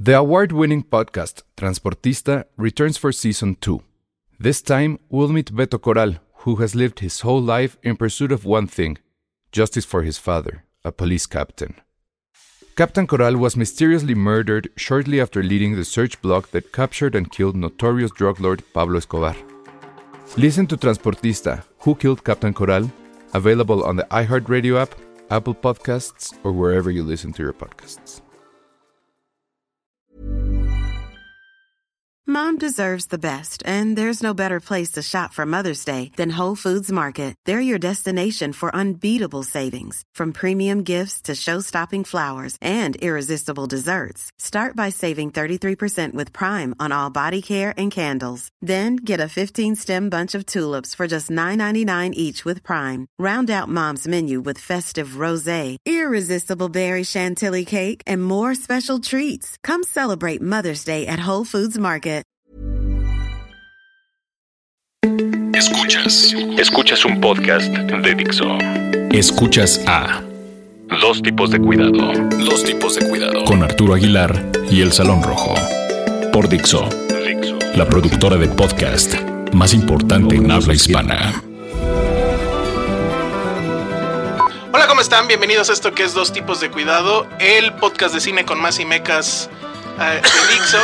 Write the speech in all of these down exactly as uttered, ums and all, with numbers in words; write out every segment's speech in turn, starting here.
The award-winning podcast Transportista returns for season two. This time, we'll meet Beto Corral, who has lived his whole life in pursuit of one thing: justice for his father, a police captain. Captain Corral was mysteriously murdered shortly after leading the search block that captured and killed notorious drug lord Pablo Escobar. Listen to Transportista, Who Killed Captain Corral? Available on the iHeartRadio app, Apple Podcasts, or wherever you listen to your podcasts. Mom deserves the best, and there's no better place to shop for Mother's Day than Whole Foods Market. They're your destination for unbeatable savings, from premium gifts to show-stopping flowers and irresistible desserts. Start by saving thirty-three percent with Prime on all body care and candles. Then get a fifteen-stem bunch of tulips for just nine ninety-nine each with Prime. Round out Mom's menu with festive rosé, irresistible berry chantilly cake, and more special treats. Come celebrate Mother's Day at Whole Foods Market. Escuchas, escuchas un podcast de Dixo. Escuchas a Dos Tipos de Cuidado. Dos Tipos de Cuidado. Con Arturo Aguilar y El Salón Rojo. Por Dixo, Dixo, la productora de podcast más importante en habla hispana. Hola, ¿cómo están? Bienvenidos a esto que es Dos Tipos de Cuidado, el podcast de cine con más y mecas uh, de Dixo.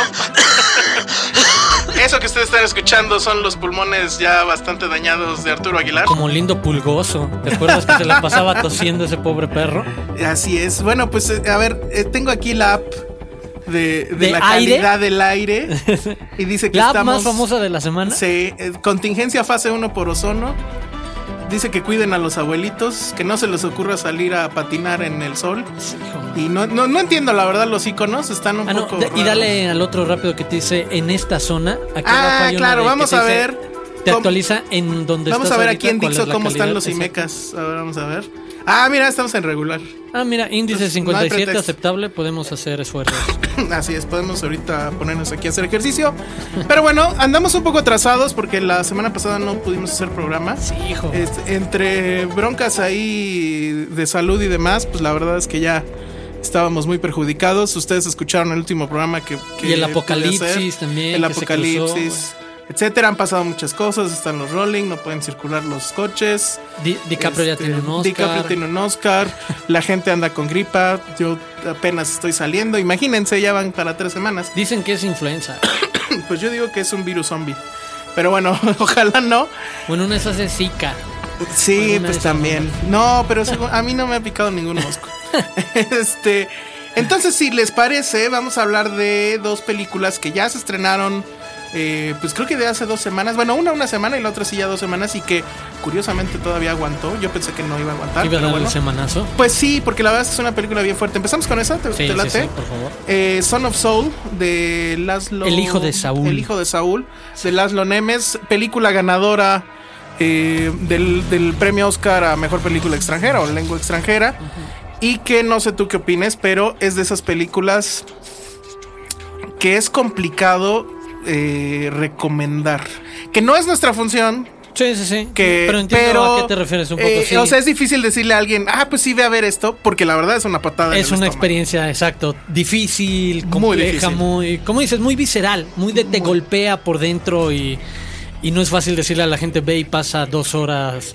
Eso que ustedes están escuchando son los pulmones ya bastante dañados de Arturo Aguilar. Como Lindo Pulgoso. ¿Te acuerdas que se la pasaba tosiendo ese pobre perro? Así es. Bueno, pues a ver, eh, tengo aquí la app de, de, ¿De la aire? calidad del aire. Y dice que ¿La app estamos... más famosa de la semana? Sí, eh, contingencia fase uno por ozono. Dice que cuiden a los abuelitos, que no se les ocurra salir a patinar en el sol. Sí, y no, no, no entiendo, la verdad, los iconos están un ah, no, poco de, raros. Y dale al otro rápido que te dice en esta zona. Aquí ah, hay una claro, de, vamos a ver. Te actualiza en donde vamos estás a ver ahorita, aquí en cuál Dixo es la cómo calidad. están los IMECAS. A ver, vamos a ver. Ah, mira, estamos en regular. Ah, mira, índice Entonces, cincuenta y siete no hay pretexto. aceptable, podemos hacer esfuerzos. Así es, podemos ahorita ponernos aquí a hacer ejercicio. Pero bueno, andamos un poco atrasados porque la semana pasada no pudimos hacer programa. Sí, hijo. Este, entre broncas ahí de salud y demás, pues la verdad es que ya estábamos muy perjudicados. Ustedes escucharon el último programa que, que Y el pude apocalipsis hacer. también. El que se apocalipsis, cruzó, etcétera. Han pasado muchas cosas. Están los rolling, no pueden circular los coches. Di, DiCaprio Este, ya tiene un Oscar. DiCaprio tiene un Oscar. La gente anda con gripa. Yo apenas estoy saliendo. Imagínense, ya van para tres semanas. Dicen que es influenza. Pues yo digo que es un virus zombie. Pero bueno, ojalá no. Bueno, una de esas es Zika. Sí, Bueno, pues eso también. No, pero según- a mí no me ha picado ningún mosco. Este, entonces, si les parece, vamos a hablar de dos películas que ya se estrenaron. Eh, pues creo que de hace dos semanas. Bueno, una una semana y la otra sí ya dos semanas. Y que curiosamente todavía aguantó. Yo pensé que no iba a aguantar. ¿Iba a pero dar bueno. el semanazo? Pues sí, porque la verdad es que es una película bien fuerte. ¿Empezamos con esa? ¿Te, Sí, te late? sí, sí, por favor. Eh, Son of Soul de Laszlo... El hijo de Saúl. El hijo de Saúl, de Laszlo Nemes. Película ganadora eh, del, del premio Oscar a Mejor Película Extranjera o Lengua Extranjera. Uh-huh. Y que no sé tú qué opines, pero es de esas películas que es complicado eh, recomendar. Que no es nuestra función. Sí, sí, sí. Que, pero entiendo pero, a qué te refieres un poco. eh, sí. O sea, es difícil decirle a alguien, ah, pues sí, ve a ver esto, porque la verdad es una patada. en Es el una estómago. experiencia, exacto, difícil, Muy compleja, difícil. muy, como dices, muy visceral, muy de te Muy. golpea por dentro y, y no es fácil decirle a la gente, ve y pasa dos horas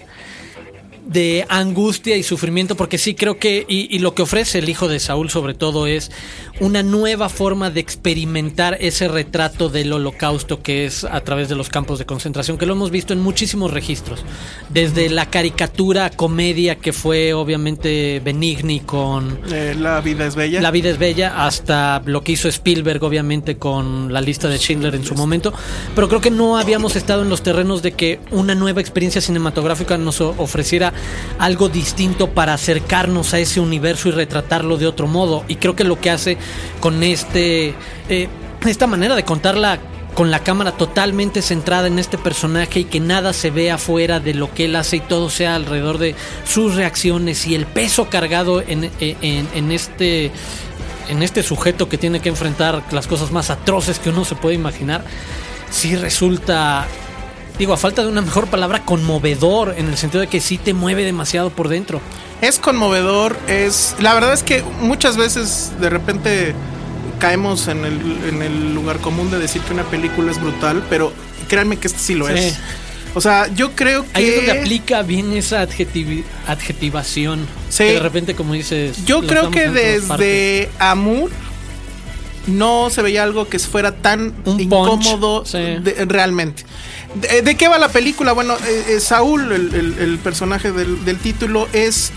de angustia y sufrimiento, porque sí creo que, y, y lo que ofrece el hijo de Saúl sobre todo es una nueva forma de experimentar ese retrato del holocausto que es a través de los campos de concentración, que lo hemos visto en muchísimos registros, desde la caricatura comedia que fue obviamente Benigni con Eh, La vida es bella. La vida es bella, hasta lo que hizo Spielberg obviamente con La lista de Schindler en su momento, pero creo que no habíamos estado en los terrenos de que una nueva experiencia cinematográfica nos ofreciera algo distinto para acercarnos a ese universo y retratarlo de otro modo, y creo que lo que hace con este eh, esta manera de contarla con la cámara totalmente centrada en este personaje y que nada se vea afuera de lo que él hace y todo sea alrededor de sus reacciones y el peso cargado en, en, en este en este sujeto que tiene que enfrentar las cosas más atroces que uno se puede imaginar, sí resulta, digo, a falta de una mejor palabra, conmovedor, en el sentido de que sí te mueve demasiado por dentro. Es conmovedor, es... La verdad es que muchas veces de repente caemos en el, en el lugar común de decir que una película es brutal, pero créanme que este sí lo sí. es. O sea, yo creo que... Ahí es donde aplica bien esa adjetivi- adjetivación. Sí. Que de repente, como dices... Yo creo que desde Amour no se veía algo que fuera tan un incómodo sí. de, realmente. De, ¿De qué va la película? Bueno, eh, Saúl, el, el, el personaje del, del título, es...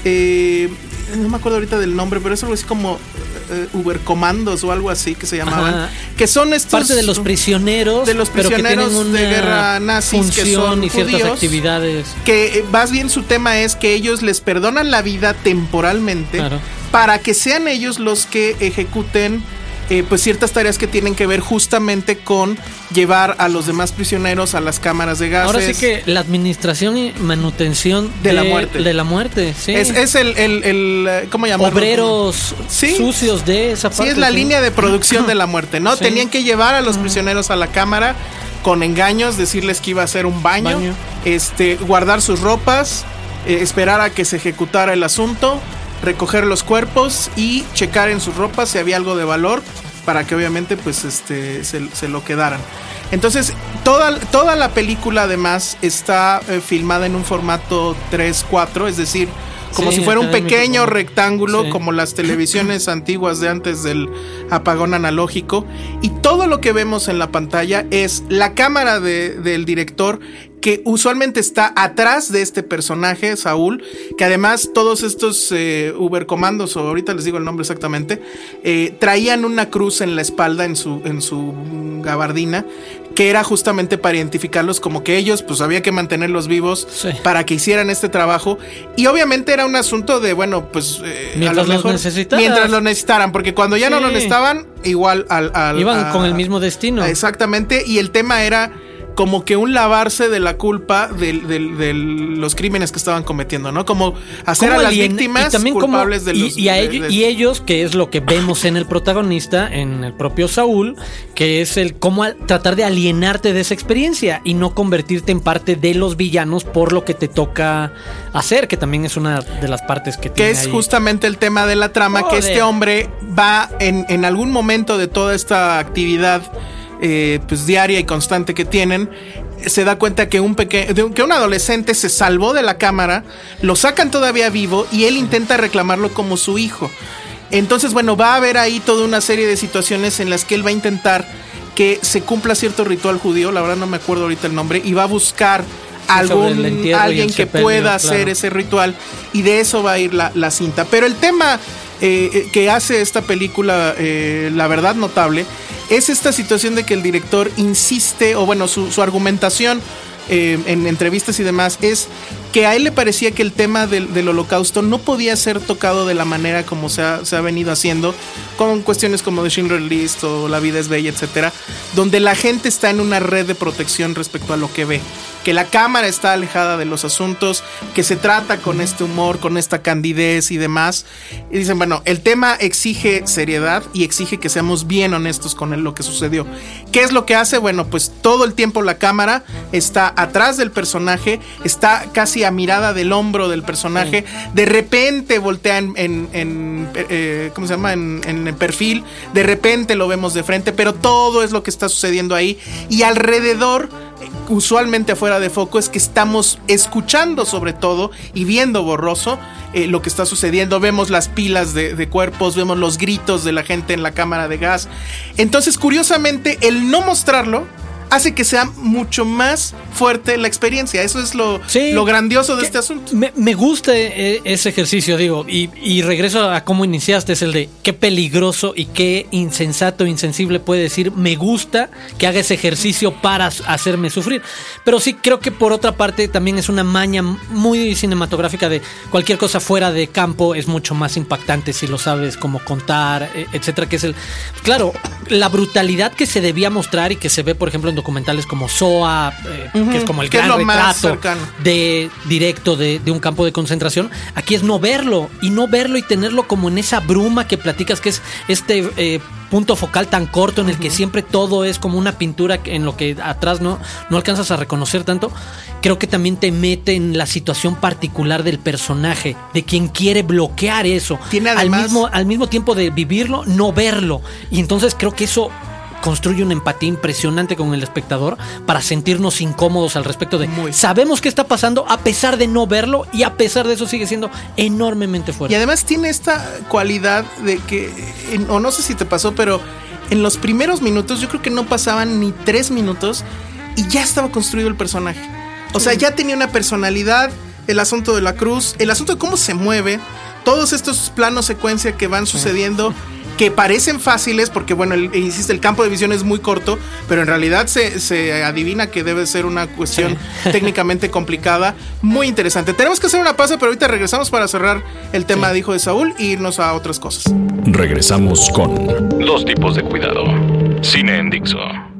Eh, no me acuerdo ahorita del nombre, pero es algo así como eh, Ubercomandos o algo así que se llamaban. Ajá. Que son estos... Parte de los prisioneros. De los prisioneros de guerra nazis que son y ciertas judíos, actividades. Que eh, más bien su tema es que ellos les perdonan la vida temporalmente, claro, para que sean ellos los que ejecuten eh, pues ciertas tareas que tienen que ver justamente con llevar a los demás prisioneros a las cámaras de gases. Ahora sí que la administración y manutención de, de la muerte. De la muerte, sí. Es, es el, el, el, ¿cómo llamarlo? Obreros ¿Sí? sucios de esa parte. Sí, es la sí. línea de producción de la muerte, ¿no? Sí. Tenían que llevar a los prisioneros a la cámara con engaños, decirles que iba a ser un baño, baño. este, guardar sus ropas, eh, esperar a que se ejecutara el asunto, recoger los cuerpos y checar en sus ropas si había algo de valor para que obviamente pues este se, se lo quedaran. Entonces toda, toda la película además está eh, filmada en un formato tres cuatro, es decir, como sí, si fuera un pequeño rectángulo, sí, como las televisiones antiguas de antes del apagón analógico, y todo lo que vemos en la pantalla es la cámara de, del director, que usualmente está atrás de este personaje, Saúl, que además todos estos eh, Ubercomandos, o ahorita les digo el nombre exactamente, eh, traían una cruz en la espalda, en su, en su gabardina, que era justamente para identificarlos como que ellos, pues había que mantenerlos vivos, sí, para que hicieran este trabajo. Y obviamente era un asunto de, bueno, pues eh, mientras a lo mejor, los necesitaran. Mientras lo necesitaran, porque cuando ya sí. no lo necesitaban, igual al... al Iban a, con el mismo destino. Exactamente, y el tema era como que un lavarse de la culpa de, de, de los crímenes que estaban cometiendo, ¿no? Como hacer a las alien, víctimas culpables como, de los... Y, y, a de, ellos, de, y ellos, que es lo que vemos en el protagonista, en el propio Saúl, que es el cómo al, tratar de alienarte de esa experiencia y no convertirte en parte de los villanos por lo que te toca hacer, que también es una de las partes que tiene Que es ahí. Justamente el tema de la trama, Joder. que este hombre va en, en algún momento de toda esta actividad Eh, pues diaria y constante que tienen, se da cuenta que un pequeño, que un adolescente se salvó de la cámara, lo sacan todavía vivo y él intenta reclamarlo como su hijo. Entonces, bueno, va a haber ahí toda una serie de situaciones en las que él va a intentar que se cumpla cierto ritual judío, la verdad no me acuerdo ahorita el nombre, y va a buscar algún alguien que pueda hacer claro. ese ritual, y de eso va a ir la, la cinta. Pero el tema eh, que hace esta película, eh, la verdad notable, es esta situación de que el director insiste, o bueno, su, su argumentación eh, en entrevistas y demás, es que a él le parecía que el tema del, del holocausto no podía ser tocado de la manera como se ha, se ha venido haciendo, con cuestiones como The Schindler's List o La vida es bella, etcétera, donde la gente está en una red de protección respecto a lo que ve, que la cámara está alejada de los asuntos, que se trata con este humor, con esta candidez y demás. Y dicen, bueno, el tema exige seriedad y exige que seamos bien honestos con lo que sucedió. ¿Qué es lo que hace? Bueno, pues todo el tiempo la cámara está atrás del personaje, está casi a mirada del hombro del personaje, sí. de repente voltea en, en, en eh, ¿cómo se llama? En, en el perfil, de repente lo vemos de frente, pero todo es lo que está sucediendo ahí, y alrededor, usualmente afuera de foco, es que estamos escuchando sobre todo y viendo borroso eh, lo que está sucediendo. Vemos las pilas de, de cuerpos, vemos los gritos de la gente en la cámara de gas. Entonces, curiosamente, el no mostrarlo hace que sea mucho más fuerte la experiencia. Eso es lo, sí, lo grandioso de este asunto. Me, me gusta ese ejercicio, digo, y, y regreso a cómo iniciaste, es el de qué peligroso y qué insensato, insensible puede decir, me gusta que haga ese ejercicio para hacerme sufrir. Pero sí, creo que por otra parte también es una maña muy cinematográfica de cualquier cosa fuera de campo es mucho más impactante si lo sabes cómo contar, etcétera, que es el... Claro, la brutalidad que se debía mostrar y que se ve, por ejemplo, en documentales como Shoah, eh, uh-huh, que es como el gran retrato de directo de, de un campo de concentración. Aquí es no verlo y no verlo y tenerlo como en esa bruma que platicas, que es este eh, punto focal tan corto en el uh-huh. que siempre todo es como una pintura en lo que atrás no, no alcanzas a reconocer tanto, creo que también te mete en la situación particular del personaje, de quien quiere bloquear eso. Tiene además... al mismo, al mismo tiempo de vivirlo, no verlo. Y entonces creo que eso construye una empatía impresionante con el espectador para sentirnos incómodos al respecto de Muy. sabemos qué está pasando a pesar de no verlo, y a pesar de eso sigue siendo enormemente fuerte. Y además tiene esta cualidad de que, en, o no sé si te pasó, pero en los primeros minutos, yo creo que no pasaban ni tres minutos y ya estaba construido el personaje. O sea, ya tenía una personalidad, el asunto de la cruz, el asunto de cómo se mueve, todos estos planos secuencia que van sucediendo, que parecen fáciles porque, bueno, el, insiste, el campo de visión es muy corto, pero en realidad se, se adivina que debe ser una cuestión sí. técnicamente complicada, muy interesante. Tenemos que hacer una pausa, pero ahorita regresamos para cerrar el tema sí. de Hijo de Saúl e irnos a otras cosas. Regresamos con Dos tipos de cuidado. Cine en Dixo.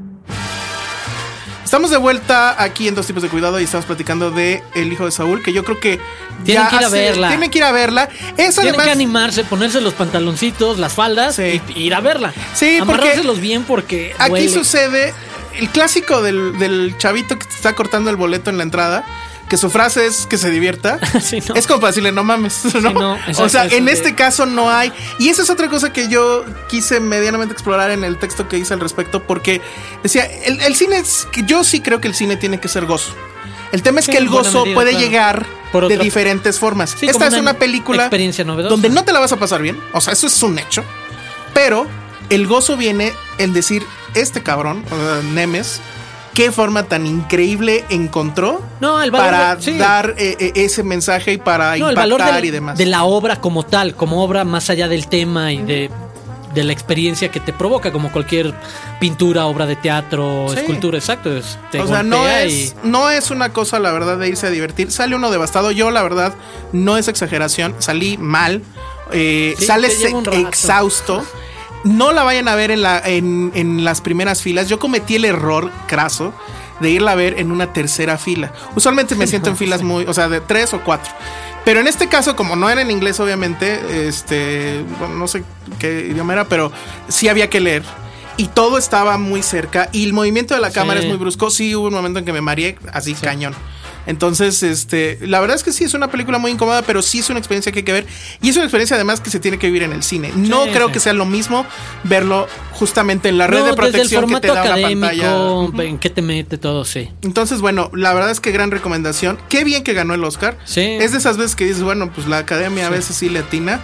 Estamos de vuelta aquí en Dos tipos de cuidado y estamos platicando de El Hijo de Saúl, que yo creo que tienen ya que ir a hace, verla. Tienen que ir a verla. Es tienen además, que animarse, ponerse los pantaloncitos, las faldas sí. y ir a verla. Sí, amarrárselos bien porque aquí duele. Sucede el clásico del, del chavito que te está cortando el boleto en la entrada, que su frase es que se divierta. Sí, no. Es como para decirle no mames, ¿no? Sí, no, exacto, o sea, en este de... caso no hay. Y esa es otra cosa que yo quise medianamente explorar en el texto que hice al respecto, porque decía, el, el cine es, que yo sí creo que el cine tiene que ser gozo. El tema es sí, que el gozo medida, puede claro. llegar Por de otra... diferentes formas. Sí, esta es una, una película experiencia novedosa, donde no te la vas a pasar bien, o sea, eso es un hecho, pero el gozo viene en decir, este cabrón, uh, Nemes, qué forma tan increíble encontró no, el valor para de, sí. dar eh, ese mensaje y para no, impactar el valor de, y demás. De la obra como tal, como obra más allá del tema y de, de la experiencia que te provoca, como cualquier pintura, obra de teatro, sí. escultura, exacto. Es, te o sea, no es, y... no es una cosa, la verdad, de irse a divertir. Sale uno devastado. Yo, la verdad, no es exageración, salí mal. Eh, sí, sales exhausto. No la vayan a ver en, la, en, en las primeras filas. Yo cometí el error craso de irla a ver en una tercera fila. Usualmente me siento en filas muy, o sea, de tres o cuatro. Pero en este caso, como no era en inglés, obviamente, este, bueno, no sé qué idioma era, pero sí había que leer. Y todo estaba muy cerca. Y el movimiento de la cámara sí. es muy brusco. Sí, hubo un momento en que me mareé así sí. cañón. Entonces, este, la verdad es que sí, es una película muy incómoda, pero sí es una experiencia que hay que ver. Y es una experiencia además que se tiene que vivir en el cine. No sí, creo sí. que sea lo mismo verlo justamente en la red no, de protección que te da una pantalla. ¿En qué te mete todo? Sí. Entonces, bueno, la verdad es que gran recomendación. Qué bien que ganó el Oscar. Sí. Es de esas veces que dices, bueno, pues la academia sí. a veces sí le atina.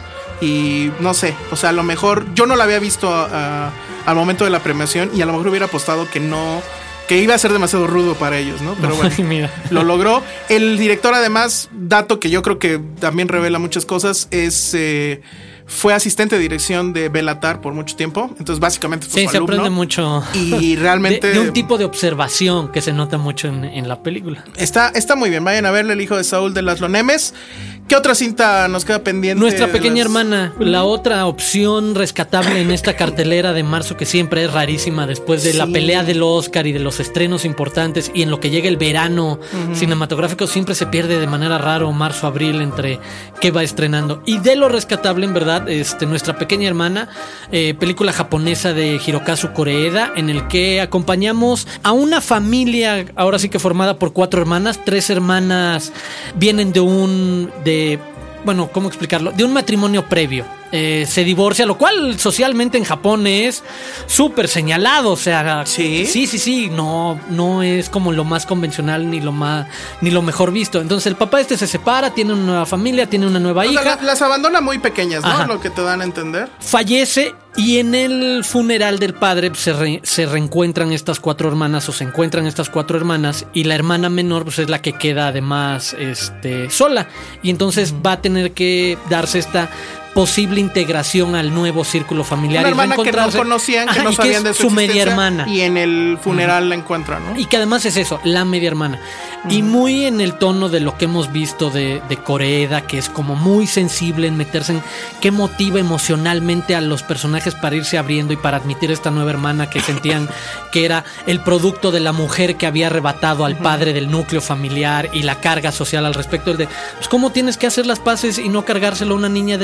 Y no sé, o sea, a lo mejor yo no la había visto uh, al momento de la premiación y a lo mejor hubiera apostado que no... que iba a ser demasiado rudo para ellos, ¿no? Pero bueno, mira. Lo logró. El director, además, dato que yo creo que también revela muchas cosas, es eh, fue asistente de dirección de Béla Tarr por mucho tiempo. Entonces, básicamente fue sí, su se alumno. Aprende mucho. Y realmente... De, de un tipo de observación que se nota mucho en, en la película. Está, está muy bien. Vayan a verle El Hijo de Saúl de Laszlo Nemes. ¿Qué otra cinta nos queda pendiente? Nuestra pequeña las... hermana, la otra opción rescatable en esta cartelera de marzo, que siempre es rarísima después de sí. la pelea del Oscar y de los estrenos importantes, y en lo que llega el verano uh-huh. cinematográfico siempre se pierde de manera raro marzo, abril entre qué va estrenando. Y de lo rescatable, en verdad, este, Nuestra pequeña hermana, eh, película japonesa de Hirokazu Koreeda, en el que acompañamos a una familia, ahora sí que formada por cuatro hermanas. Tres hermanas vienen de un... de bueno, ¿cómo explicarlo? De un matrimonio previo. Eh, se divorcia, lo cual socialmente en Japón es súper señalado. O sea, ¿sí? sí, sí, sí. No, no es como lo más convencional ni lo más, ni lo mejor visto. Entonces el papá este se separa, tiene una nueva familia, tiene una nueva o hija. Sea, la, las abandona muy pequeñas, ¿no? Ajá. Lo que te dan a entender. Fallece. Y en el funeral del padre se, re, se reencuentran estas cuatro hermanas, o se encuentran estas cuatro hermanas, y la hermana menor pues es la que queda además este, sola. Y entonces va a tener que darse esta posible integración al nuevo círculo familiar. Una hermana que no conocían, que Ajá, no sabían que de su, su media hermana. Y en el funeral uh-huh. la encuentran, ¿no? Y que además es eso, la media hermana. Uh-huh. Y muy en el tono de lo que hemos visto de, de Koreeda, que es como muy sensible en meterse en qué motiva emocionalmente a los personajes para irse abriendo y para admitir esta nueva hermana que sentían que era el producto de la mujer que había arrebatado al uh-huh. padre del núcleo familiar, y la carga social al respecto. El de, pues, ¿cómo tienes que hacer las paces y no cargárselo a una niña de trece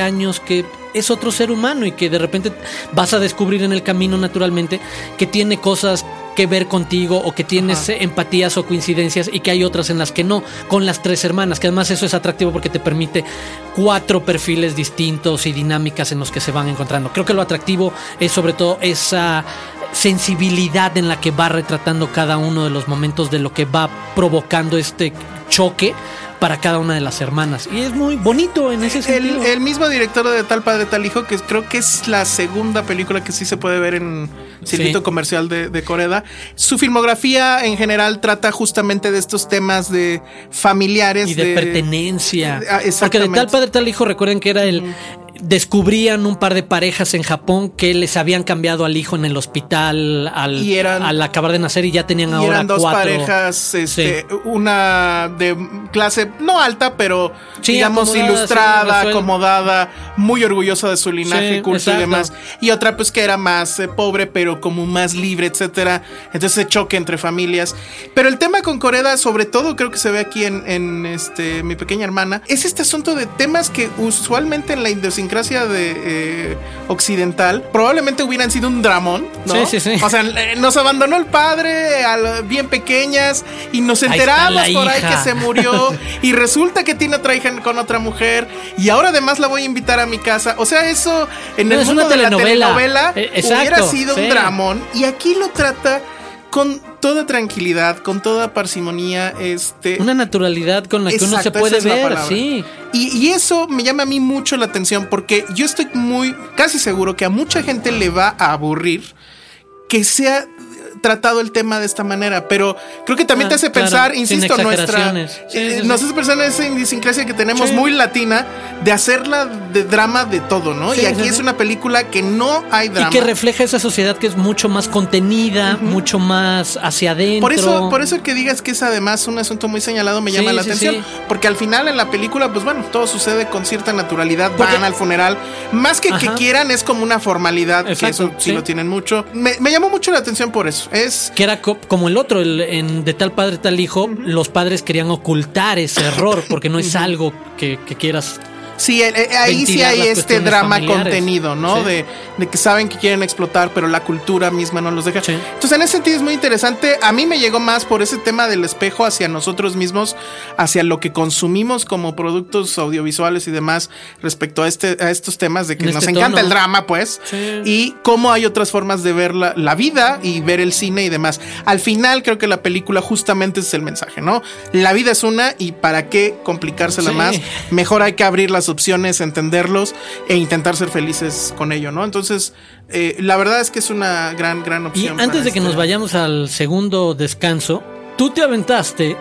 trece años que es otro ser humano y que de repente vas a descubrir en el camino naturalmente que tiene cosas que ver contigo o que tienes Ajá. empatías o coincidencias y que hay otras en las que no, con las tres hermanas, que además eso es atractivo porque te permite cuatro perfiles distintos y dinámicas en los que se van encontrando. Creo que lo atractivo es sobre todo esa sensibilidad en la que va retratando cada uno de los momentos de lo que va provocando este choque para cada una de las hermanas. Y es muy bonito en ese sentido. El, el mismo director de Tal Padre, Tal Hijo, que creo que es la segunda película que sí se puede ver en circuito sí. comercial de, de Coreda. Su filmografía en general trata justamente de estos temas de familiares. Y de, de pertenencia. De, Porque de Tal Padre, Tal Hijo, recuerden que era el... Mm. Descubrían un par de parejas en Japón que les habían cambiado al hijo en el hospital al, eran, al acabar de nacer y ya tenían y ahora eran dos cuatro. parejas, este, sí. una de clase no alta, pero sí, digamos acomodada, ilustrada, sí, acomodada, muy orgullosa de su linaje, sí, culto exacto. y demás. Y otra pues que era más eh, pobre, pero como más libre, etcétera. Entonces ese choque entre familias. Pero el tema con Coreda, sobre todo creo que se ve aquí en, en este Mi Pequeña Hermana, es este asunto de temas que usualmente en la idiosincrasia de eh, occidental probablemente hubieran sido un dramón, ¿no? Sí, sí, sí. O sea, nos abandonó el padre a bien pequeñas y nos enteramos por ahí que se murió y resulta que tiene otra hija con otra mujer y ahora además la voy a invitar a mi casa. O sea, eso en no, el mundo de telenovela. la telenovela eh, hubiera sido sí. un dramón y aquí lo trata con toda tranquilidad, con toda parsimonía, este, una naturalidad con la que exacto, uno se puede ver, sí. Y, y eso me llama a mí mucho la atención porque yo estoy muy, casi seguro que a mucha gente le va a aburrir que sea tratado el tema de esta manera, pero creo que también ah, te hace claro, pensar, insisto, nuestra sí, eh, sí, nos sí. hace pensar en esa idiosincrasia que tenemos sí. muy latina de hacerla de drama de todo, ¿no? Sí, y aquí sí, es sí. una película que no hay drama. Y que refleja esa sociedad que es mucho más contenida, uh-huh. mucho más hacia adentro. Por eso, por eso que digas que es además un asunto muy señalado me sí, llama la sí, atención, sí. porque al final en la película, pues bueno, todo sucede con cierta naturalidad, porque van al funeral, más que Ajá. que quieran es como una formalidad, exacto, que eso sí, sí lo tienen mucho. Me, me llamó mucho la atención por eso. Es que era co- como el otro, el, en De Tal Padre, Tal Hijo, uh-huh. los padres querían ocultar ese error porque no es uh-huh. algo que, que quieras. Sí, eh, ahí sí hay este drama familiares. contenido, ¿no? Sí. De, de que saben que quieren explotar, pero la cultura misma no los deja. Sí. Entonces, en ese sentido es muy interesante. A mí me llegó más por ese tema del espejo hacia nosotros mismos, hacia lo que consumimos como productos audiovisuales y demás respecto a este a estos temas de que en nos este encanta tono. el drama, pues, sí. y cómo hay otras formas de ver la, la vida y ver el cine y demás. Al final, creo que la película justamente es el mensaje, ¿no? La vida es una y ¿para qué complicársela sí. más? Mejor hay que abrir las opciones, entenderlos e intentar ser felices con ello, ¿no? Entonces, eh, la verdad es que es una gran, gran opción. Y antes de que este... nos vayamos al segundo descanso, tú te aventaste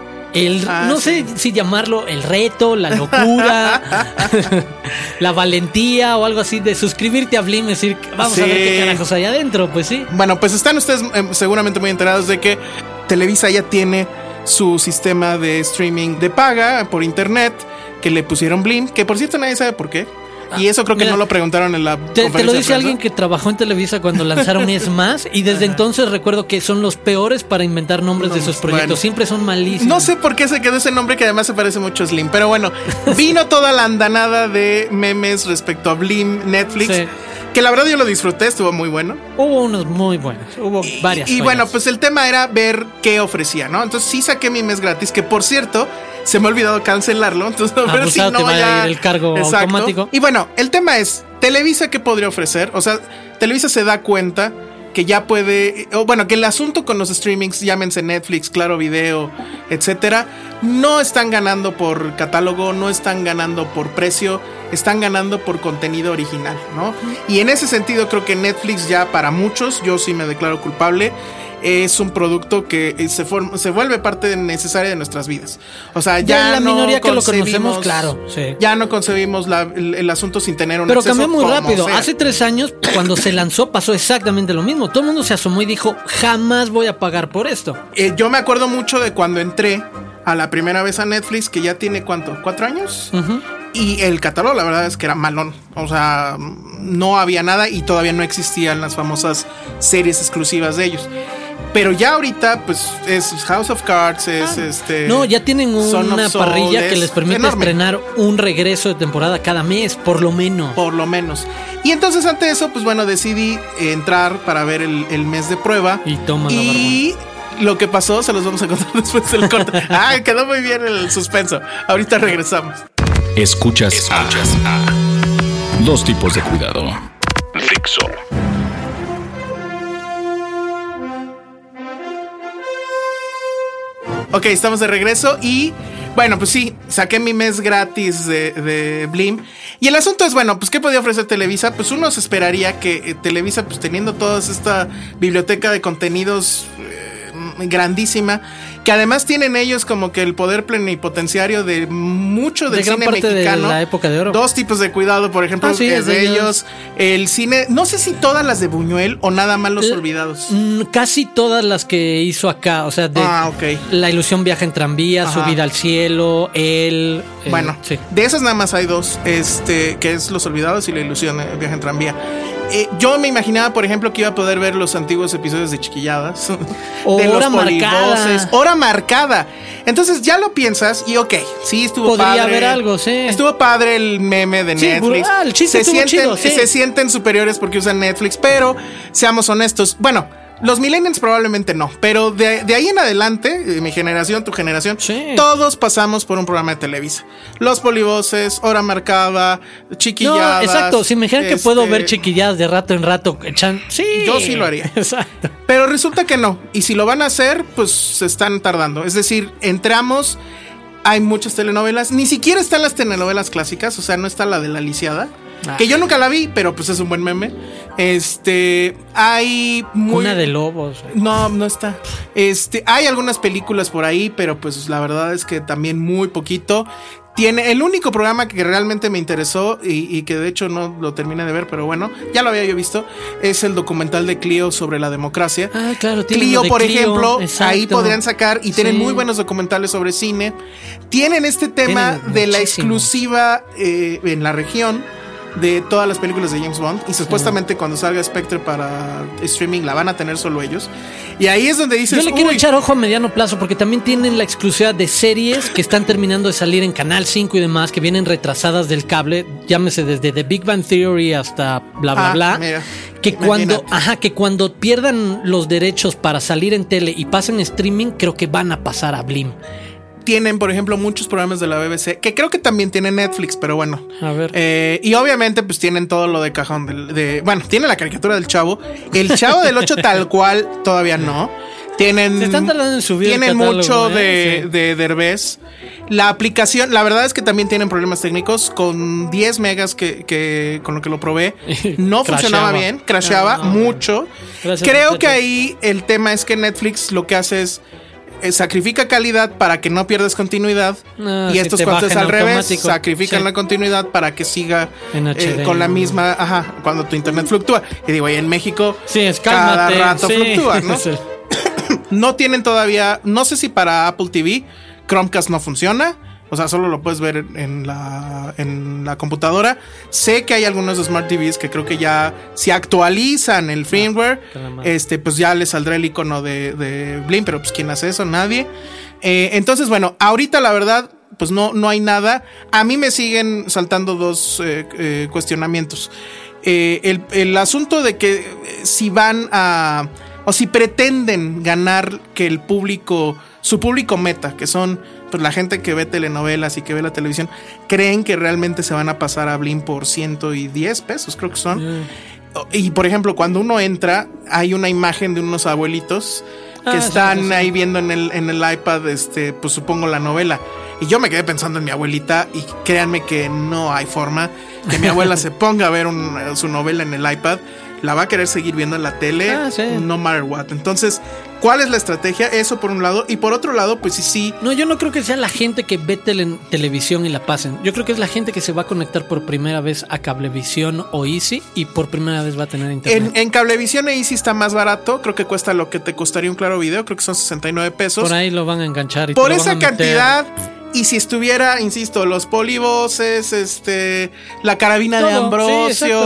el, ah, no sí. sé si llamarlo el reto, la locura, la valentía o algo así de suscribirte a Blim y decir, vamos sí. a ver qué carajos hay adentro, pues sí. Bueno, pues están ustedes eh, seguramente muy enterados de que Televisa ya tiene su sistema de streaming de paga por internet, que le pusieron Blim, que por cierto nadie sabe por qué. Ah, y eso creo que mira, no lo preguntaron en la te, te lo dice alguien que trabajó en Televisa cuando lanzaron Es Más, y desde entonces recuerdo que son los peores para inventar nombres no, de sus proyectos, bueno, siempre son malísimos. No sé por qué se quedó ese nombre que además se parece mucho a Slim, pero bueno, vino toda la andanada de memes respecto a Blim, Netflix. Sí. Que la verdad yo lo disfruté, estuvo muy bueno. Hubo unos muy buenos, hubo varias. Y, y bueno, pues el tema era ver qué ofrecía, ¿no? Entonces sí saqué mi mes gratis, que por cierto, se me ha olvidado cancelarlo. Entonces a ver Abusado, si no te vaya ya... a ir el cargo Exacto. automático. Y bueno, el tema es, Televisa, ¿qué podría ofrecer? O sea, Televisa se da cuenta que ya puede, o bueno, que el asunto con los streamings, llámense Netflix, Claro Video, etcétera, no están ganando por catálogo, no están ganando por precio, están ganando por contenido original, ¿no? Y en ese sentido creo que Netflix ya para muchos, yo sí me declaro culpable, es un producto que se, forma, se vuelve parte necesaria de nuestras vidas. O sea, ya la no minoría que lo conocemos, claro, sí. Ya no concebimos la, el, el asunto sin tener un Pero acceso. Pero cambió muy rápido. Sea. Hace tres años, cuando se lanzó, pasó exactamente lo mismo. Todo el mundo se asomó y dijo, jamás voy a pagar por esto. Eh, yo me acuerdo mucho de cuando entré a la primera vez a Netflix, que ya tiene, ¿cuánto? ¿Cuatro años? Uh-huh. Y el catálogo, la verdad es que era malón. O sea, no había nada y todavía no existían las famosas series exclusivas de ellos. Pero ya ahorita, pues, es House of Cards, es ah, este... No, ya tienen una parrilla que les permite enorme. estrenar un regreso de temporada cada mes, por lo menos. Por lo menos. Y entonces, ante eso, pues bueno, decidí entrar para ver el, el mes de prueba. Y toma la Y lo que pasó se los vamos a contar después del corte. Ah, quedó muy bien el suspenso. Ahorita regresamos. Escuchas, Escuchas a, a Dos Tipos de Cuidado. Dixo. Ok, estamos de regreso y bueno, pues sí, saqué mi mes gratis de, de Blim. Y el asunto es, bueno, pues ¿qué podía ofrecer Televisa? Pues uno se esperaría que eh, Televisa, pues teniendo toda esta biblioteca de contenidos eh, grandísima, que además tienen ellos como que el poder plenipotenciario de mucho del de gran cine parte mexicano. De la época de oro. Dos Tipos de Cuidado, por ejemplo, ah, sí, es es de de ellos. ellos. El cine, no sé si todas las de Buñuel o nada más Los L- Olvidados. Casi todas las que hizo acá, o sea, de ah, okay. La ilusión viaja en tranvía, Ajá. Subida al cielo, él. Bueno, eh, sí. de esas nada más hay dos, este, que es Los Olvidados y La ilusión viaja en tranvía. Eh, yo me imaginaba, por ejemplo, que iba a poder ver los antiguos episodios de Chiquilladas. O de Hora los polivoces. Marcada. Hora Marcada. Entonces ya lo piensas y ok, sí estuvo Podría padre. haber algo, sí. Estuvo padre el meme de sí, Netflix. Ah, el chiste se, estuvo sienten, chido, sí. se sienten superiores porque usan Netflix, pero seamos honestos. Bueno, los millennials probablemente no, pero de, de ahí en adelante, mi generación, tu generación, sí. todos pasamos por un programa de Televisa. Los polivoces, Hora Marcada, Chiquilladas. No, exacto, si me dijeran este... que puedo ver Chiquilladas de rato en rato, echan... sí. Yo sí lo haría. Exacto. Pero resulta que no, y si lo van a hacer, pues se están tardando. Es decir, entramos, hay muchas telenovelas, ni siquiera están las telenovelas clásicas, o sea, no está la de La Lisiada. Ah. Que yo nunca la vi, pero pues es un buen meme. Este, hay muy... Una de lobos. No, no está. Este, hay algunas películas por ahí, pero pues la verdad es que también muy poquito. Tiene el único programa que realmente me interesó y, y que de hecho no lo terminé de ver, pero bueno, ya lo había yo visto, es el documental de Clio sobre la democracia. Ah, claro, tiene Clio, por Clio, ejemplo, exacto. Ahí podrían sacar y tienen sí. muy buenos documentales sobre cine. Tienen este tema tienen de la muchísimo. exclusiva eh, en la región de todas las películas de James Bond y supuestamente sí. cuando salga Spectre para streaming la van a tener solo ellos y ahí es donde dices yo le quiero echar ojo a mediano plazo porque también tienen la exclusividad de series que están terminando de salir en Canal cinco y demás que vienen retrasadas del cable, llámese desde The Big Bang Theory hasta bla bla ah, bla mira, que cuando ajá que cuando pierdan los derechos para salir en tele y pasen streaming creo que van a pasar a Blim. Tienen, por ejemplo, muchos programas de la B B C, que creo que también tienen Netflix, pero bueno. A ver. Eh, y obviamente, pues tienen todo lo de cajón. De, de, bueno, tienen la caricatura del Chavo. El Chavo del ocho tal cual, todavía no. Tienen, Se están tardando en subir tienen el catálogo, mucho ¿eh? de, Sí. de Derbez. La aplicación, la verdad es que también tienen problemas técnicos. Con diez megas que, que con lo que lo probé, no funcionaba bien, crasheaba no, no, mucho. Gracias, Creo muchachos. que ahí el tema es que Netflix lo que hace es sacrifica calidad para que no pierdas continuidad no, y si estos te cuantos baja en al revés automático. sacrifican Sí. la continuidad para que siga En H D. eh, con la misma ajá cuando tu internet fluctúa y digo ahí en México Sí, es cada cálmate, rato sí. fluctúa, ¿no? Sí. No tienen todavía, no sé si para Apple T V Chromecast no funciona. O sea, solo lo puedes ver en la, en la computadora. Sé que hay algunos Smart T Vs que creo que ya, si actualizan el firmware, este, pues ya les saldrá el icono de, de Blim. Pero pues ¿quién hace eso? Nadie. Eh, entonces, bueno, ahorita la verdad, pues no, no hay nada. A mí me siguen saltando dos eh, eh, cuestionamientos. Eh, el, el asunto de que eh, si van a... o si pretenden ganar que el público, su público meta, que son pues la gente que ve telenovelas y que ve la televisión, creen que realmente se van a pasar a Blim por ciento diez pesos, creo que son. Yeah. Y por ejemplo, cuando uno entra, hay una imagen de unos abuelitos que ah, están sí, sí, sí. ahí viendo en el, en el iPad, este, pues supongo la novela. Y yo me quedé pensando en mi abuelita y créanme que no hay forma que mi abuela se ponga a ver un, su novela en el iPad. La va a querer seguir viendo en la tele, ah, sí. no matter what. Entonces, ¿cuál es la estrategia? Eso por un lado. Y por otro lado, pues sí, sí. No, yo no creo que sea la gente que ve tele, televisión y la pasen. Yo creo que es la gente que se va a conectar por primera vez a Cablevisión o Easy y por primera vez va a tener internet. En, en Cablevisión e Easy está más barato. Creo que cuesta lo que te costaría un Claro Video. Creo que son sesenta y nueve pesos. Por ahí lo van a enganchar. Y por te lo esa van a cantidad... Y si estuviera, insisto, los polivoces, este, la carabina todo, de Ambrosio, sí,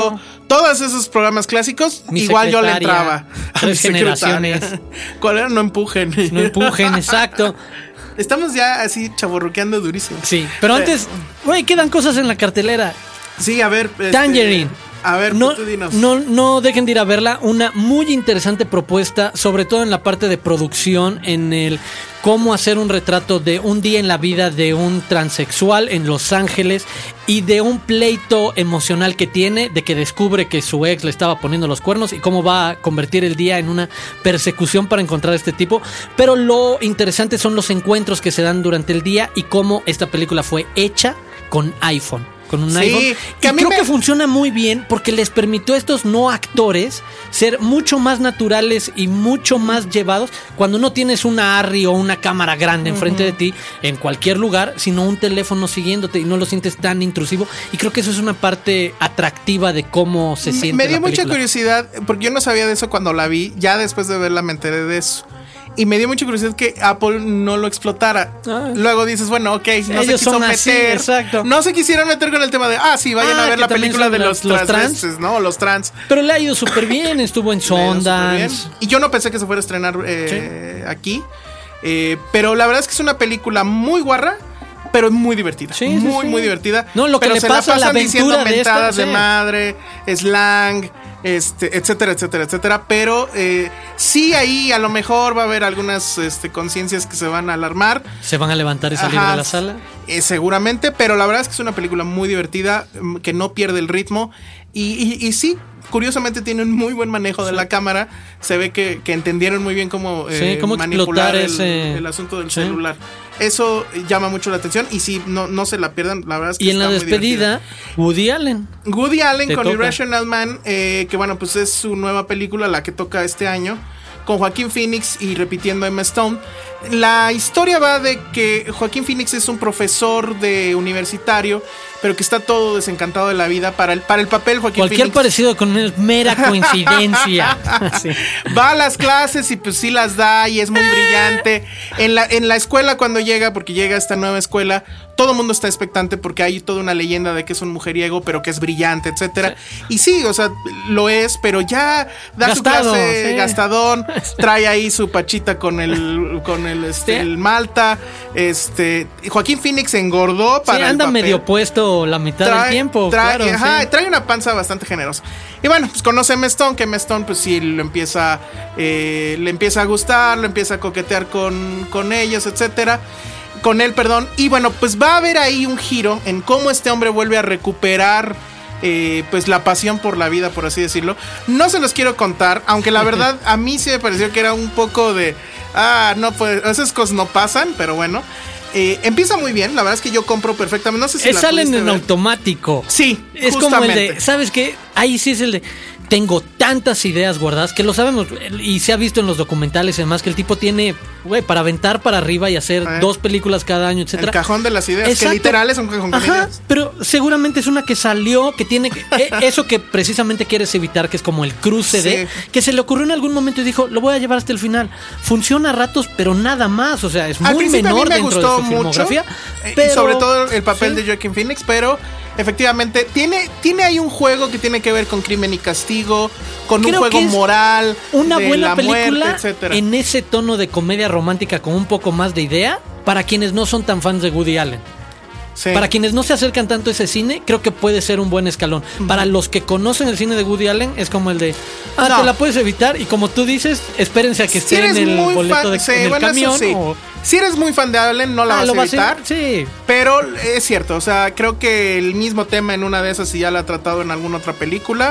todos esos programas clásicos, Mi igual yo le secretaria, entraba. Tres generaciones. ¿Cuál era? No empujen. No empujen, exacto. Estamos ya así chavorruqueando durísimo. Sí, pero antes, güey, quedan cosas en la cartelera. Sí, a ver. Este, Tangerine. A ver, no, tú dinos. no, no dejen de ir a verla. Una muy interesante propuesta, sobre todo en la parte de producción, en el cómo hacer un retrato de un día en la vida de un transexual en Los Ángeles y de un pleito emocional que tiene, de que descubre que su ex le estaba poniendo los cuernos y cómo va a convertir el día en una persecución para encontrar a este tipo. Pero lo interesante son los encuentros que se dan durante el día y cómo esta película fue hecha con iPhone. Con un Sí, iPhone. que Y a mí creo me- que funciona muy bien porque les permitió a estos no actores ser mucho más naturales y mucho más llevados cuando no tienes una Arri o una cámara grande enfrente de ti en cualquier lugar, sino un teléfono siguiéndote y no lo sientes tan intrusivo. Y creo que eso es una parte atractiva de cómo se Me- siente. Me dio la mucha película. curiosidad, porque yo no sabía de eso cuando la vi. Ya después de verla me enteré de eso. Y me dio mucha curiosidad que Apple no lo explotara. Ah. Luego dices, bueno, ok, no se Ellos quiso son meter. así, exacto. No se quisieron meter con el tema de, ah, sí, vayan Ah, a ver que la también película son de los- los, los trans. transvestis, ¿no? Los trans. Pero le ha ido súper bien. Estuvo en Le dio súper bien. Sundance. Y yo no pensé que se fuera a estrenar eh, aquí. Eh, pero la verdad es que es una película muy guarra, pero muy divertida. Sí, sí, muy, sí. muy divertida. No, lo que pero le se pasa a la pasan diciendo aventura de esta, mentadas de sí. madre, slang, este, etcétera, etcétera, etcétera. Pero eh, sí, ahí a lo mejor va a haber algunas este, conciencias que se van a alarmar. Se van a levantar y salir Ajá, de la sala. eh, seguramente, pero la verdad es que es una película muy divertida, mm, que no pierde el ritmo. Y, y- y sí, curiosamente tiene un muy buen manejo de la cámara. Se ve que, que entendieron muy bien cómo, eh, Sí, cómo manipular explotar el, ese- el asunto del Sí. celular. Eso llama mucho la atención. Y sí, no, no se la pierdan. La verdad es que Y en la está muy despedida, Woody Allen. divertida. Woody Allen Te con toca. Irrational Man, eh, que bueno, pues es su nueva película, la que toca este año, con Joaquín Phoenix y repitiendo Emma Stone. La historia va de que Joaquín Phoenix es un profesor de universitario, pero que está todo desencantado de la vida. Para el, para el papel, Joaquín Cualquier Phoenix parecido con él es mera coincidencia. Sí. va a las clases y pues sí las da y es muy brillante. En la, en la escuela cuando llega, porque llega a esta nueva escuela, todo el mundo está expectante porque hay toda una leyenda de que es un mujeriego, pero que es brillante, etcétera. Y sí, o sea, lo es, pero ya da Gastado, su clase sí. gastadón, trae ahí su pachita con el, con el, este, Sí. el Malta. Este, Joaquín Phoenix engordó Sí, para el anda papel. medio puesto la mitad del tiempo. Trae, claro, ajá, sí. trae una panza bastante generosa. Y bueno, pues conoce a Emma Stone, que Emma Stone pues sí lo empieza, eh, le empieza a gustar, lo empieza a coquetear con, con ellos, etcétera. Con él, perdón. Y bueno, pues va a haber ahí un giro en cómo este hombre vuelve a recuperar eh, pues la pasión por la vida, por así decirlo. No se los quiero contar, aunque la verdad a mí sí me pareció que era un poco de, ah, no, pues esas cosas no pasan, pero bueno. Eh, empieza muy bien, la verdad es que yo compro perfectamente. No sé si Es la salen pudiste en ver. automático. Sí, Es justamente. como el de, ¿sabes qué? Ahí sí es el de, tengo tantas ideas guardadas que lo sabemos y se ha visto en los documentales y demás que el tipo tiene, güey, para aventar para arriba y hacer Eh. dos películas cada año, El etcétera. cajón de las ideas, Exacto. que literal es un cajón con Ajá, ideas. pero seguramente es una que salió, que tiene que, eh, eso que precisamente quieres evitar, que es como el cruce Sí. de, que se le ocurrió en algún momento y dijo, lo voy a llevar hasta el final. Funciona a ratos, pero nada más, o sea, es Al muy principio menor a mí me dentro gustó de su mucho, filmografía, eh, pero y sobre todo el papel sí. de Joaquin Phoenix, pero efectivamente tiene, tiene ahí un juego que tiene que ver con crimen y castigo, con Creo un juego que es moral, una de buena la película muerte, etcétera. en ese tono de comedia romántica con un poco más de idea para quienes no son tan fans de Woody Allen. Sí. Para quienes no se acercan tanto a ese cine, creo que puede ser un buen escalón. Para los que conocen el cine de Woody Allen, es como el de, ah, No. te la puedes evitar. Y como tú dices, espérense a que Si esté en eres el muy boleto fan, de, sí, en el bueno, eso camión. sí. o- Si eres muy fan de Allen, no la Ah, vas ¿lo a vas a evitar. Sí. Pero es cierto, o sea, creo que el mismo tema en una de esas sí ya la ha tratado en alguna otra película.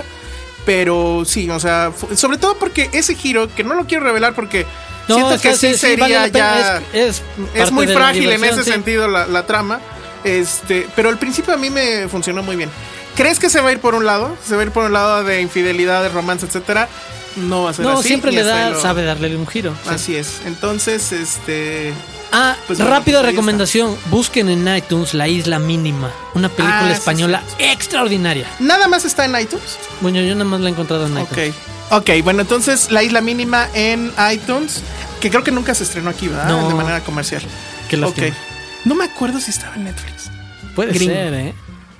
Pero sí, o sea, fu- sobre todo porque ese giro, que no lo quiero revelar porque siento está- que sí, sería vale la pena. ya... Es, es Es parte muy de la frágil en diversión, ese sí. sentido la, la trama. Este, pero al principio a mí me funcionó muy bien. ¿Crees que se va a ir por un lado? ¿Se va a ir por un lado de infidelidad, de romance, etcétera? No va a ser No, así. siempre y le hasta da, ahí lo- sabe darle un giro. sí. Así es. Entonces, este... Ah, Pues bueno, rápida pues ahí recomendación. Busquen en iTunes La Isla Mínima. Una película Ah, sí, española extraordinaria. ¿Nada más está en iTunes? Bueno, yo nada más la he encontrado en Ok. iTunes. Ok, bueno, entonces La Isla Mínima en iTunes, que creo que nunca se estrenó aquí, ¿verdad? No. De manera comercial. Qué Ok. lástima. No me acuerdo si estaba en Netflix. Puede Gringo. ser, ¿eh?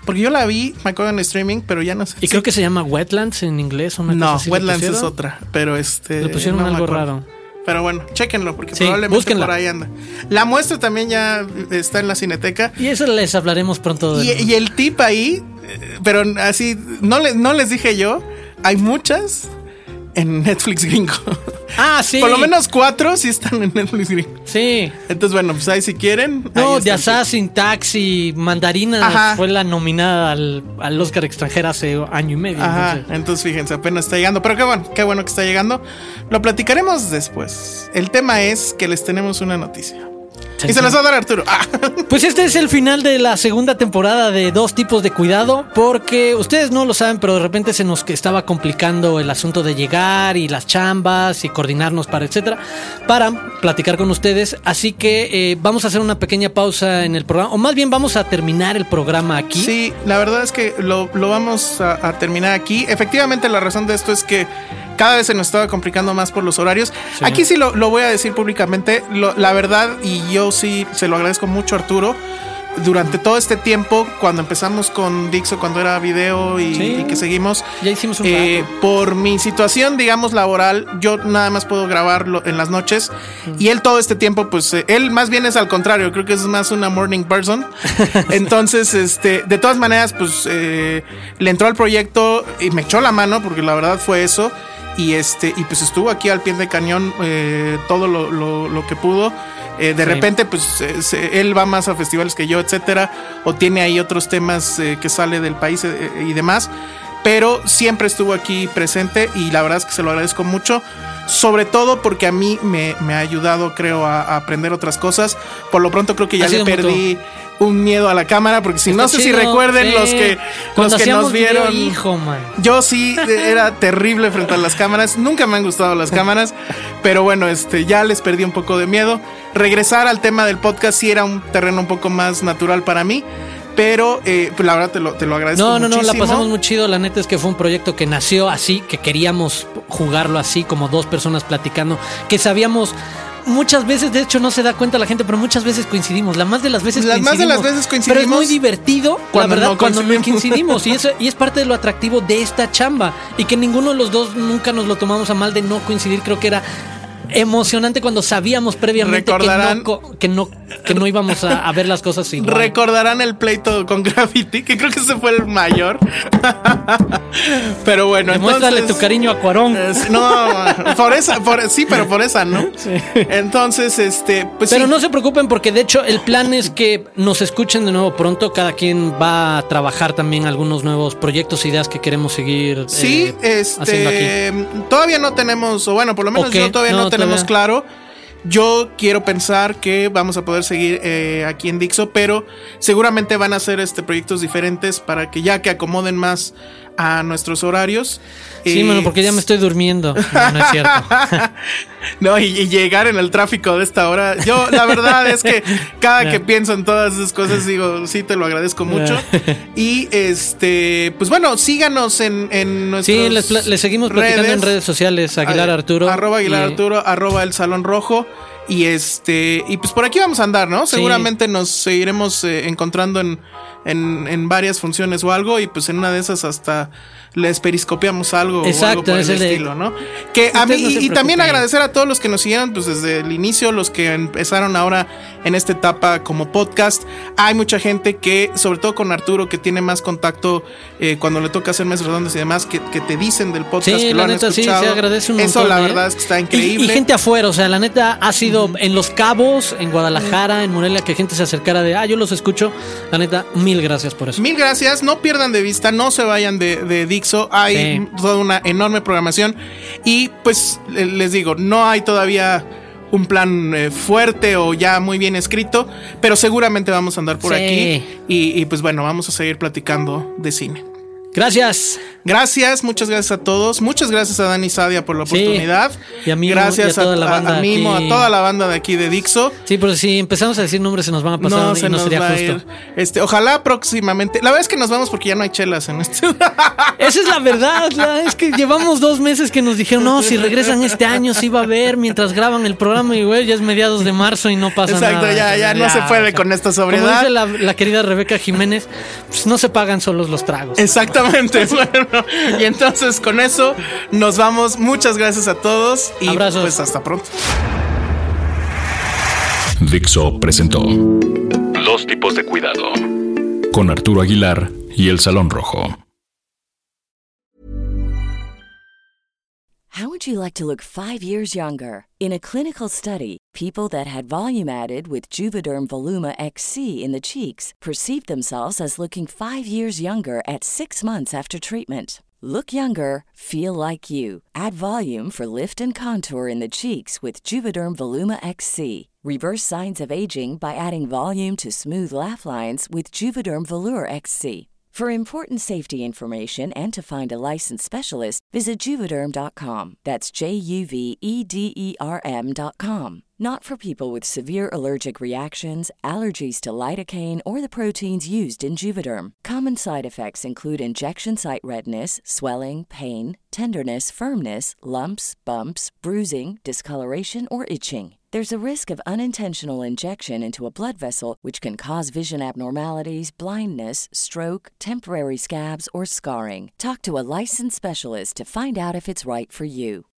Porque yo la vi, me acuerdo en streaming, pero ya no sé. Y sí. creo que se llama Wetlands en inglés. Una no, cosa así Wetlands es otra, pero este... Le pusieron no algo raro. Pero bueno, chéquenlo, porque sí, probablemente búsquenla. por ahí anda. La muestra también ya está en la Cineteca. Y eso les hablaremos pronto. Y, y el tip ahí, pero así, no, le, no les dije yo, hay muchas en Netflix gringo. Ah, sí. Por lo menos cuatro sí están en Netflix gringo. Sí. Entonces, bueno, pues ahí si quieren. No, The Assassin, Taxi, Mandarina. Ajá. Fue la nominada al, al Oscar extranjero hace año y medio. Ajá, entonces. entonces fíjense, apenas está llegando. Pero qué bueno, qué bueno que está llegando. Lo platicaremos después. El tema es que les tenemos una noticia. Y se las va a dar Arturo. Ah. Pues este es el final de la segunda temporada de Dos Tipos de Cuidado, porque ustedes no lo saben, pero de repente se nos estaba complicando el asunto de llegar y las chambas y coordinarnos para etcétera, para platicar con ustedes. Así que eh, vamos a hacer una pequeña pausa en el programa, o más bien vamos a terminar el programa aquí. Sí, la verdad es que lo, lo vamos a, a terminar aquí. Efectivamente, la razón de esto es que cada vez se nos estaba complicando más por los horarios. Sí. Aquí sí lo, lo voy a decir públicamente. Lo, la verdad, y yo sí se lo agradezco mucho a Arturo. Durante todo este tiempo, cuando empezamos con Dixo, cuando era video y, sí. y que seguimos, ya hicimos un eh, por mi situación, digamos, laboral, yo nada más puedo grabarlo en las noches. Mm. Y él todo este tiempo, pues, eh, él más bien es al contrario, creo que es más una morning person. Entonces, este, de todas maneras, pues, eh, le entró al proyecto y me echó la mano, porque la verdad fue eso. Y este y pues estuvo aquí al pie de cañón eh, todo lo, lo, lo que pudo. Eh, de sí. repente, pues eh, se, él va más a festivales que yo, etcétera, o tiene ahí otros temas eh, que sale del país eh, y demás. Pero siempre estuvo aquí presente y la verdad es que se lo agradezco mucho. Sobre todo porque a mí me, me ha ayudado, creo, a, a aprender otras cosas. Por lo pronto creo que ya le perdí mutuo. un miedo a la cámara, porque si Está no sé chido, si recuerden sí. los que, los que nos vieron. Video, hijo, man. Yo sí era terrible frente a las cámaras. Nunca me han gustado las cámaras, pero bueno, este ya les perdí un poco de miedo. Regresar al tema del podcast sí era un terreno un poco más natural para mí. Pero eh, pues la verdad te lo, te lo agradezco No, no, muchísimo. no, la pasamos muy chido. La neta es que fue un proyecto que nació así, que queríamos jugarlo así, como dos personas platicando, que sabíamos... Muchas veces, de hecho, no se da cuenta la gente, pero muchas veces coincidimos. La más de las veces la coincidimos. Más de las veces coincidimos. Pero es muy divertido, cuando la verdad, no cuando no coincidimos. Y, eso, y es parte de lo atractivo de esta chamba. Y que ninguno de los dos nunca nos lo tomamos a mal de no coincidir. Creo que era emocionante cuando sabíamos previamente que no, que no que no íbamos a, a ver las cosas igual. Recordarán el pleito con Gravity, que creo que ese fue el mayor. Pero bueno, demuéstrale entonces, tu cariño a Cuarón. Es, no, por esa, por, sí, pero por esa, ¿no? Sí. Entonces, este, pues pero sí. no se preocupen, porque de hecho el plan es que nos escuchen de nuevo pronto. Cada quien va a trabajar también algunos nuevos proyectos, ideas que queremos seguir. Sí, eh, este, haciendo aquí. Todavía no tenemos, o bueno, por lo menos okay, yo todavía no, no tenemos todavía. claro. Yo quiero pensar que vamos a poder seguir eh, aquí en Dixo, pero seguramente van a ser este, proyectos diferentes para que ya que acomoden más a nuestros horarios. Sí, eh, mano, porque ya me estoy durmiendo. No, no es cierto. No, y, y llegar en el tráfico de esta hora. Yo, la verdad es que cada yeah. que pienso en todas esas cosas, digo, sí, te lo agradezco mucho. Yeah. Y este, pues bueno, síganos en, en nuestros Sí, les, les seguimos platicando redes. en redes sociales. Aguilar Arturo. Arroba Aguilar y... Arturo, arroba El Salón Rojo. Y este, y pues por aquí vamos a andar, ¿no? Sí. Seguramente nos seguiremos eh, encontrando en, en, en varias funciones o algo, y pues en una de esas hasta les periscopiamos algo. Exacto, o algo por el estilo, de... ¿no? Que a mí, no y, y también agradecer a todos los que nos siguieron pues desde el inicio, los que empezaron ahora en esta etapa como podcast. Hay mucha gente que, sobre todo con Arturo, que tiene más contacto eh, cuando le toca hacer mesas redondas y demás, que, que te dicen del podcast, sí, que la lo han neta, escuchado. Sí, se agradece un Eso montón, la ¿eh? verdad es que está increíble. Y, y gente afuera, o sea, la neta ha sido uh-huh. en Los Cabos, en Guadalajara, en Morelia, que gente se acercara de, ah, yo los escucho. La neta, mil gracias por eso. Mil gracias, no pierdan de vista, no se vayan de, de Dixo. Hay sí. toda una enorme programación. Y pues les digo, no hay todavía un plan eh, fuerte o ya muy bien escrito, pero seguramente vamos a andar por sí. aquí. Y, y pues bueno, vamos a seguir platicando de cine. Gracias. Gracias, muchas gracias a todos. Muchas gracias a Dani Sadia por la oportunidad. Sí, y a Mimo, gracias y a toda la banda a, a Mimo, aquí. a toda la banda de aquí de Dixo. Sí, pero si empezamos a decir nombres se nos van a pasar No, y se no nos sería va a justo. ir. Este, ojalá próximamente. La verdad es que nos vamos porque ya no hay chelas en este. Esa es la verdad, la, es que llevamos dos meses que nos dijeron, no, si regresan este año sí va a haber mientras graban el programa y güey, ya es mediados de marzo y no pasa Exacto, nada. ya, ya, ya no se puede o sea, con esta sobriedad. Como dice la, la querida Rebeca Jiménez, pues no se pagan solos los tragos. Exactamente, bueno, y entonces con eso nos vamos. Muchas gracias a todos y Abrazos. Pues hasta pronto. Dixo presentó Dos tipos de cuidado con Arturo Aguilar y El Salón Rojo. How would you like to look five years younger? In a clinical study, people that had volume added with Juvederm Voluma X C in the cheeks perceived themselves as looking five years younger at six months after treatment. Look younger, feel like you. Add volume for lift and contour in the cheeks with Juvederm Voluma X C. Reverse signs of aging by adding volume to smooth laugh lines with Juvederm Volure X C. For important safety information and to find a licensed specialist, visit Juvederm dot com. That's J U V E D E R M dot com. Not for people with severe allergic reactions, allergies to lidocaine, or the proteins used in Juvederm. Common side effects include injection site redness, swelling, pain, tenderness, firmness, lumps, bumps, bruising, discoloration, or itching. There's a risk of unintentional injection into a blood vessel, which can cause vision abnormalities, blindness, stroke, temporary scabs, or scarring. Talk to a licensed specialist to find out if it's right for you.